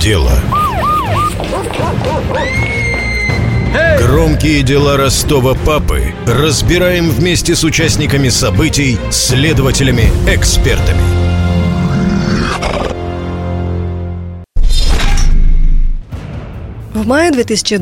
дело. Громкие дела Ростова-Папы разбираем вместе с участниками событий, следователями, экспертами. В мае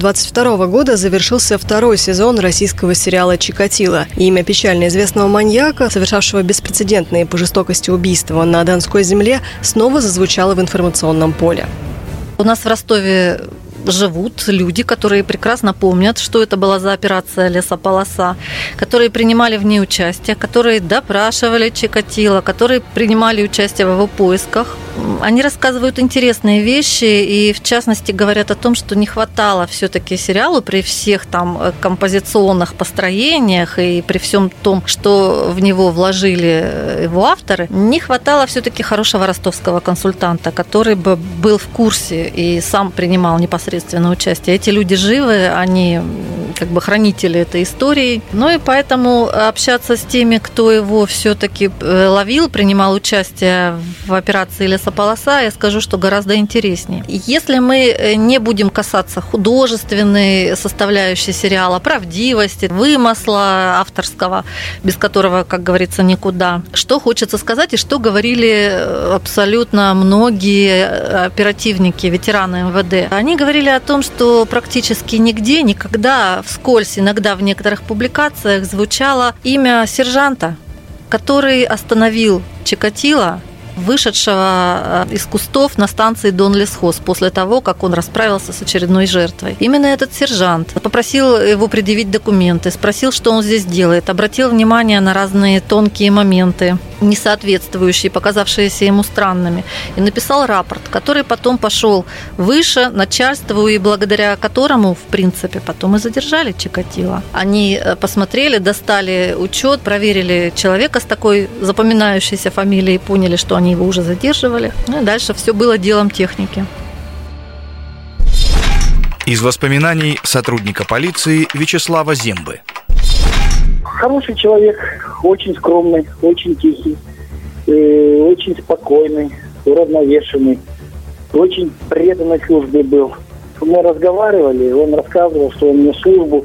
2022 года завершился второй сезон российского сериала «Чикатило». Имя печально известного маньяка, совершавшего беспрецедентные по жестокости убийства на Донской земле, снова зазвучало в информационном поле. У нас в Ростове живут люди, которые прекрасно помнят, что это была за операция «Лесополоса», которые принимали в ней участие, которые допрашивали Чикатило, которые принимали участие в его поисках. Они рассказывают интересные вещи и, в частности, говорят о том, что не хватало все-таки сериалу при всех там композиционных построениях и при всем том, что в него вложили его авторы, не хватало все-таки хорошего ростовского консультанта, который бы был в курсе и сам принимал непосредственно участие. Эти люди живы, они как бы хранители этой истории. Ну и поэтому общаться с теми, кто его все-таки ловил, принимал участие в операции «Лесополоса», я скажу, что гораздо интереснее. Если мы не будем касаться художественной составляющей сериала, правдивости, вымысла авторского, без которого, как говорится, никуда, что хочется сказать и что говорили абсолютно многие оперативники, ветераны МВД. Они говорили о том, что практически нигде, никогда, вскользь, иногда в некоторых публикациях звучало имя сержанта, который остановил Чикатило, вышедшего из кустов на станции Донлесхоз после того, как он расправился с очередной жертвой. Именно этот сержант попросил его предъявить документы, спросил, что он здесь делает, обратил внимание на разные тонкие моменты, несоответствующие, показавшиеся ему странными, и написал рапорт, который потом пошел выше начальству и благодаря которому, в принципе, потом и задержали Чикатило. Они посмотрели, достали учет, проверили человека с такой запоминающейся фамилией и поняли, что они его уже задерживали. Ну и дальше все было делом техники. Из воспоминаний сотрудника полиции Вячеслава Зембы. Хороший человек, очень скромный, очень тихий, очень спокойный, уравновешенный, очень преданной службе был. Мы разговаривали, он рассказывал, что он нес службу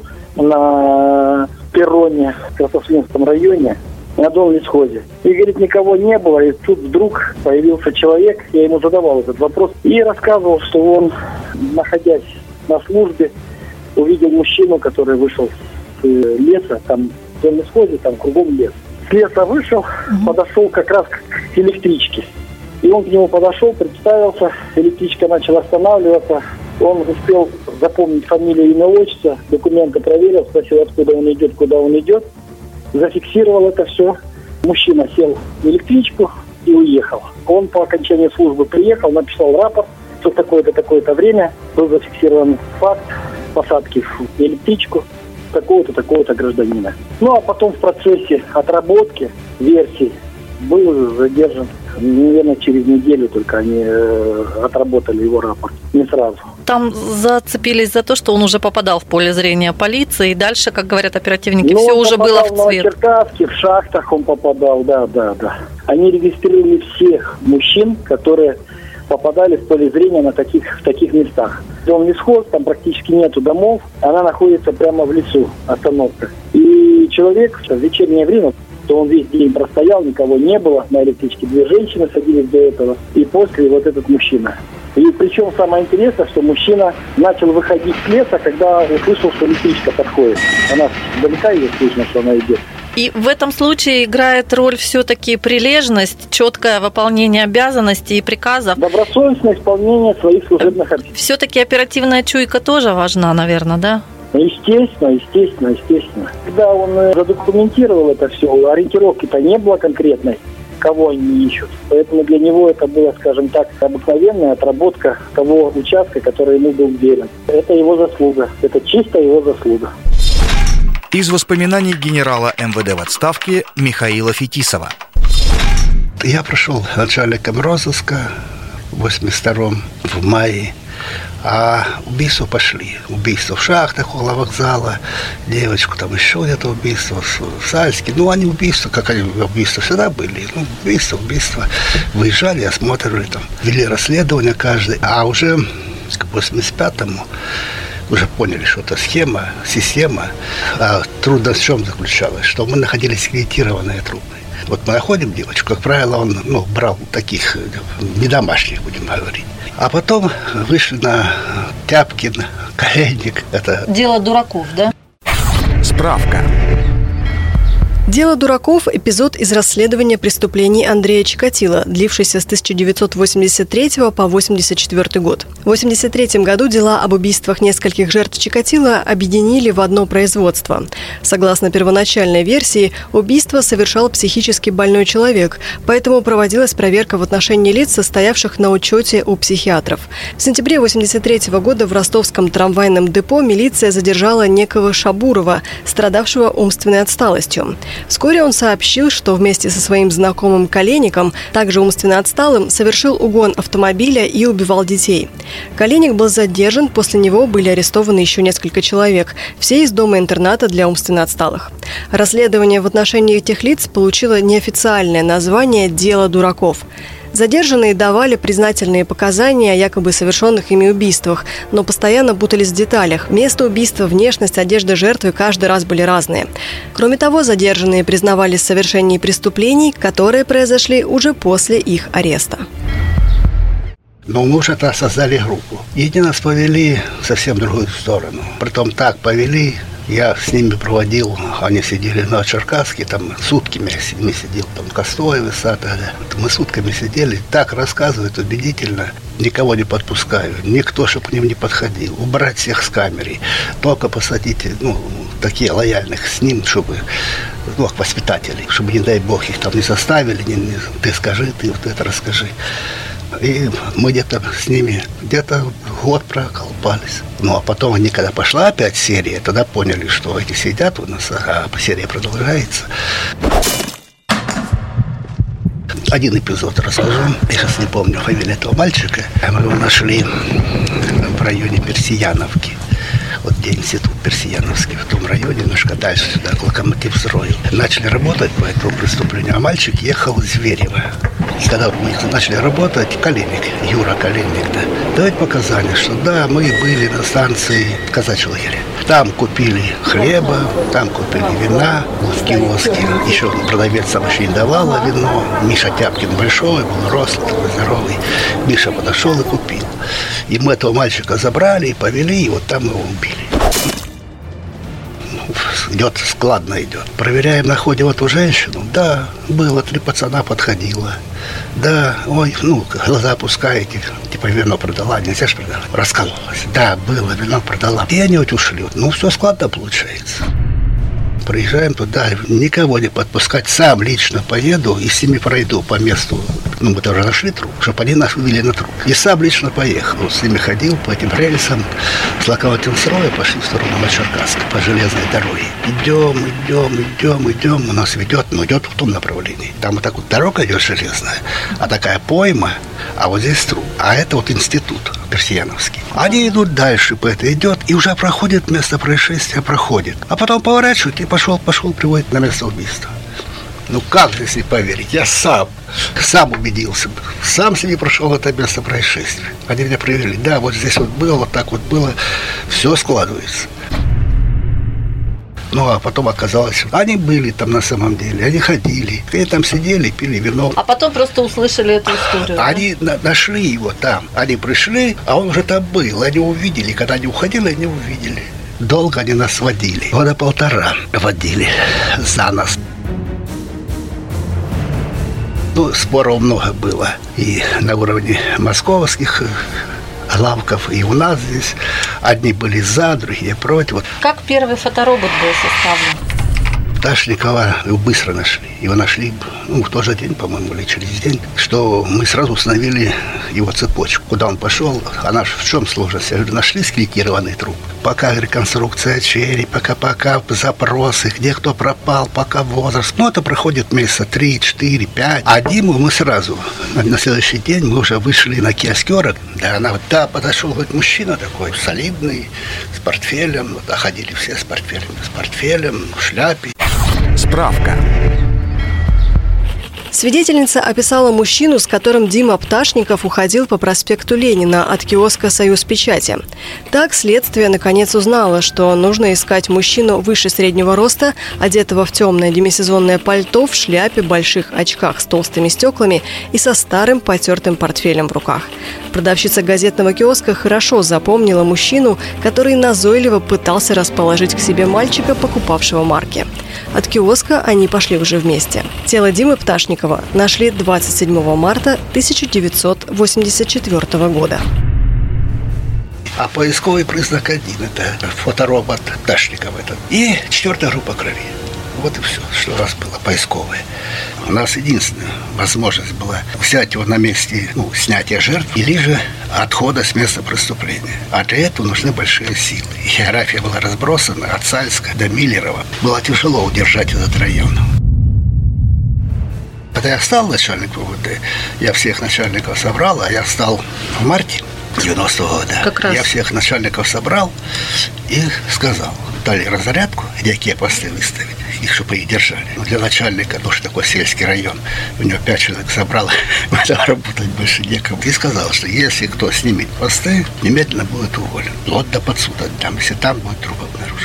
на перроне в Краснослинском районе, на Донлесхозе. И, говорит, никого не было, и тут вдруг появился человек, я ему задавал этот вопрос, и рассказывал, что он, находясь на службе, увидел мужчину, который вышел с леса, там в Донлесхозе, там кругом лес. С леса вышел, подошел как раз к электричке. И он к нему подошел, представился, электричка начала останавливаться. Он успел запомнить фамилию, имя, отчество, документы проверил, спросил, откуда он идет, куда он идет. Зафиксировал это все. Мужчина сел в электричку и уехал. Он по окончании службы приехал, написал рапорт, что такое-то, такое-то время был зафиксирован факт посадки в электричку такого-то, такого-то гражданина. Ну, а потом в процессе отработки версий был задержан. Наверное, через неделю только они отработали его рапорт. Не сразу. Там зацепились за то, что он уже попадал в поле зрения полиции, и дальше, как говорят оперативники, все уже было в цвет. В Новочеркасске, в шахтах он попадал, да. Они регистрировали всех мужчин, которые попадали в поле зрения в таких местах. Донлесхоз, там практически нету домов, она находится прямо в лесу, остановка. И человек в вечернее время, то он весь день простоял, никого не было, на электричке 2 женщины садились до этого, и после вот этот мужчина. И причем самое интересное, что мужчина начал выходить с леса, когда услышал, что электричка подходит. Она далека ее слышно, что она идет. И в этом случае играет роль все-таки прилежность, четкое выполнение обязанностей и приказов. Добросовестное исполнение своих служебных обязанностей. Все-таки оперативная чуйка тоже важна, наверное, да? Естественно. Когда он задокументировал это все, ориентировки-то не было конкретной, кого они ищут. Поэтому для него это была, скажем так, обыкновенная отработка того участка, который ему был верен. Это его заслуга. Это чисто его заслуга. Из воспоминаний генерала МВД в отставке Михаила Фетисова. Я прошел начальником розыска в 82-м в мае. А убийства пошли. Убийства в шахтах около вокзала, девочку там еще где-то убийство, в Сальске. Ну, они убийства, как они убийства всегда были. Ну, убийства. Выезжали, осматривали там, вели расследование каждый. А уже к 85-му уже поняли, что это схема, система. А трудность в чем заключалась? Что мы находили скелетированные трупы. Вот мы находим девочку, как правило, он брал таких недомашних, будем говорить. А потом вышли на Тяпкин, Коленник. Это дело дураков, да? Справка. «Дело дураков» – эпизод из расследования преступлений Андрея Чикатило, длившийся с 1983 по 1984 год. В 1983 году дела об убийствах нескольких жертв Чикатило объединили в одно производство. Согласно первоначальной версии, убийство совершал психически больной человек, поэтому проводилась проверка в отношении лиц, состоявших на учете у психиатров. В сентябре 1983 года в ростовском трамвайном депо милиция задержала некого Шабурова, страдавшего умственной отсталостью. Вскоре он сообщил, что вместе со своим знакомым Коленником, также умственно отсталым, совершил угон автомобиля и убивал детей. Коленник был задержан, после него были арестованы еще несколько человек, все из дома-интерната для умственно отсталых. Расследование в отношении этих лиц получило неофициальное название «Дело дураков». Задержанные давали признательные показания о якобы совершенных ими убийствах, но постоянно путались в деталях. Место убийства, внешность, одежда жертвы каждый раз были разные. Кроме того, задержанные признавались в совершении преступлений, которые произошли уже после их ареста. Но мы уже создали группу. И нас повели совсем в другую сторону. Притом так повели. Я с ними проводил, они сидели на Черкасске, там сутками с ними сидел, там Костоева, Саталя. Мы сутками сидели, так рассказывают убедительно, никого не подпускаю, никто, чтобы к ним не подходил, убрать всех с камеры, только посадить, такие лояльных с ним, чтобы, воспитателей, чтобы, не дай бог, их там не заставили, ты скажи, ты вот это расскажи. И мы где-то с ними год проколупались. Ну, а потом они, когда пошла опять серия, тогда поняли, что эти сидят у нас, а серия продолжается. Один эпизод расскажу. Я сейчас не помню фамилию этого мальчика. Мы его нашли в районе Персияновки. Вот где институт Персияновский, в том районе, немножко дальше сюда, к Локомотив-строю. Начали работать по этому преступлению, а мальчик ехал из Зверева. И когда мы начали работать, Коленник, Юра Коленник, давать показания, что да, мы были на станции в казачьем лагере. Там купили хлеба, там купили вина в киоске. Еще продавец там еще не давала вино. Миша Тяпкин большой, был рослый, такой здоровый. Миша подошел и купил. И мы этого мальчика забрали и повели, и вот там его убили. Идет, складно идет. Проверяем, находим эту женщину. Да, было, 3 пацана подходило. Да, глаза опускаете. Типа вино продала, нельзя же продавать. Раскололась. Да, было, вино продала. И они вот ушли. Все складно получается. Приезжаем туда, никого не подпускать, сам лично поеду и с ними пройду по месту. Мы тоже нашли труп, чтобы они нас вывели на труп. И сам лично поехал, с ними ходил по этим рельсам, с Локомотив-строя пошли в сторону Новочеркасска по железной дороге. Идем, у нас идет в том направлении. Там вот так вот дорога идет железная, а такая пойма, а вот здесь труп. А это вот институт Персияновский. Они идут дальше, по это идет, и уже проходит место происшествия, проходит. А потом поворачивает и пошел, приводит на место убийства. Как здесь не поверить? Я сам убедился. Сам себе прошел это место происшествия. Они меня привели. Да, вот здесь вот было, вот так вот было. Все складывается. А потом оказалось, они были там на самом деле, они ходили, они там сидели, пили вино. А потом просто услышали эту историю. Они нашли его там, они пришли, а он уже там был, они увидели, когда они уходили, они увидели. Долго они нас водили, 1.5 года водили за нас. Споров много было и на уровне московских главков, и у нас здесь. Одни были за, другие против. Как первый фоторобот был составлен? Пташникова его быстро нашли. Его нашли, в тот же день, по-моему, или через день, что мы сразу установили его цепочку. Куда он пошел, она в чем сложность? Я говорю, нашли скелетированный труп. Пока реконструкция черепа, пока запросы, где кто пропал, пока возраст. Это проходит месяца 3, 4, 5. А Диму мы сразу, на следующий день мы уже вышли на киоскера. Да, подошел вот мужчина такой, солидный, с портфелем. А ходили все с портфелем, в шляпе. Справка. Свидетельница описала мужчину, с которым Дима Пташников уходил по проспекту Ленина от киоска «Союз Печати». Так следствие наконец узнало, что нужно искать мужчину выше среднего роста, одетого в темное демисезонное пальто, в шляпе, больших очках с толстыми стеклами и со старым потертым портфелем в руках. Продавщица газетного киоска хорошо запомнила мужчину, который назойливо пытался расположить к себе мальчика, покупавшего марки. От киоска они пошли уже вместе. Тело Димы Пташникова нашли 27 марта 1984 года. А поисковый признак один – это фоторобот Пташникова. И 4-я группа крови. Вот и все, что у нас было поисковое. У нас единственная возможность была взять его на месте снятия жертв или же отхода с места преступления. А для этого нужны большие силы. География была разбросана от Сальска до Миллерова. Было тяжело удержать этот район. Когда я стал начальником УВД, я всех начальников собрал, а я стал в марте 90-го года. Как раз. Я всех начальников собрал и сказал, дали разрядку, где какие посты выставить, их чтобы их держали. Для начальника, потому что такой сельский район, у него 5 человек собрал, работать больше некому. И сказал, что если кто снимет посты, немедленно будет уволен. Вот до под суд отдам, если там будет труп обнаружен.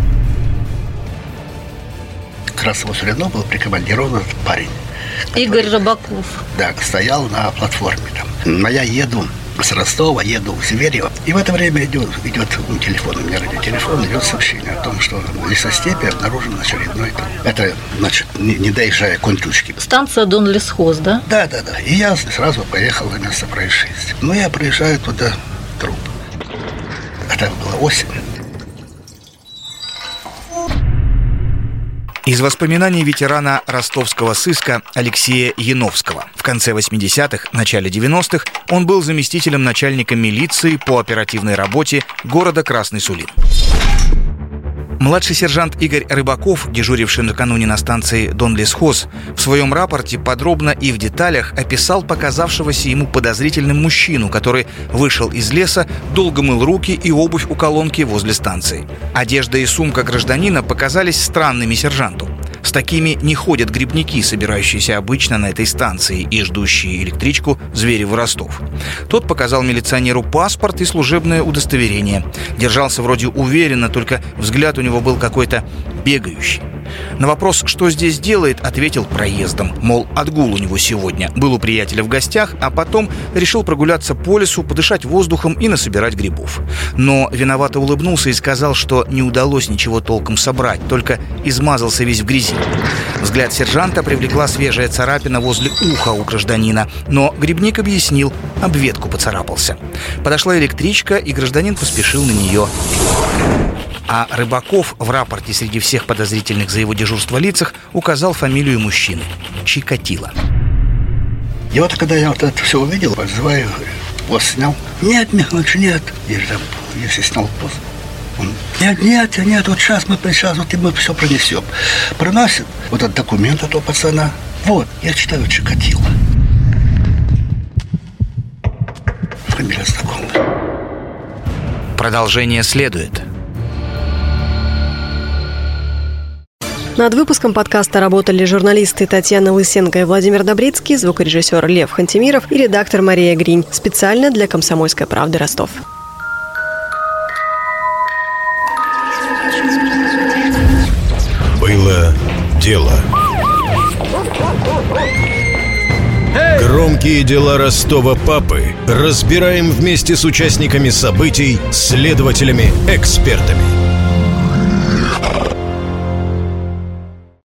Как раз возле Рено был прикомандирован этот парень. Игорь Рыбаков. Да, стоял на платформе там. А я еду с Ростова, еду в Зверево. И в это время идет телефон, у меня радиотелефон, идет сообщение о том, что в лесостепи обнаружен очередной труп. Это, значит, не доезжая к Контючке. Станция Донлесхоз, да? Да. И я сразу поехал на место происшествия. Я приезжаю туда, труп. Это была осень. Из воспоминаний ветерана ростовского сыска Алексея Яновского. В конце 80-х, начале 90-х он был заместителем начальника милиции по оперативной работе города Красный Сулин. Младший сержант Игорь Рыбаков, дежуривший накануне на станции Донлесхоз, в своем рапорте подробно и в деталях описал показавшегося ему подозрительным мужчину, который вышел из леса, долго мыл руки и обувь у колонки возле станции. Одежда и сумка гражданина показались странными сержанту. С такими не ходят грибники, собирающиеся обычно на этой станции и ждущие электричку Зверево-Ростов. Тот показал милиционеру паспорт и служебное удостоверение. Держался вроде уверенно, только взгляд у него был какой-то бегающий. На вопрос, что здесь делает, ответил проездом. Мол, отгул у него сегодня. Был у приятеля в гостях, а потом решил прогуляться по лесу, подышать воздухом и насобирать грибов. Но виновато улыбнулся и сказал, что не удалось ничего толком собрать, только измазался весь в грязи. Взгляд сержанта привлекла свежая царапина возле уха у гражданина, но грибник объяснил, об ветку поцарапался. Подошла электричка, и гражданин поспешил на нее. А Рыбаков в рапорте среди всех подозрительных за его дежурство лицах указал фамилию мужчины – Чикатило. И вот когда я это все увидел, вызываю, пост снял. Нет, Михайлович, нет. Если снял пост. Он, нет, вот сейчас мы все пронесем. Проносит вот этот документ этого пацана. Вот, я читаю Чикатило. Фамилия знакомая. Продолжение следует. Над выпуском подкаста работали журналисты Татьяна Лысенко и Владимир Добрицкий, звукорежиссер Лев Хантимиров и редактор Мария Гринь. Специально для «Комсомольской правды» Ростов. Было дело. Громкие дела Ростова-Папы разбираем вместе с участниками событий, следователями, экспертами.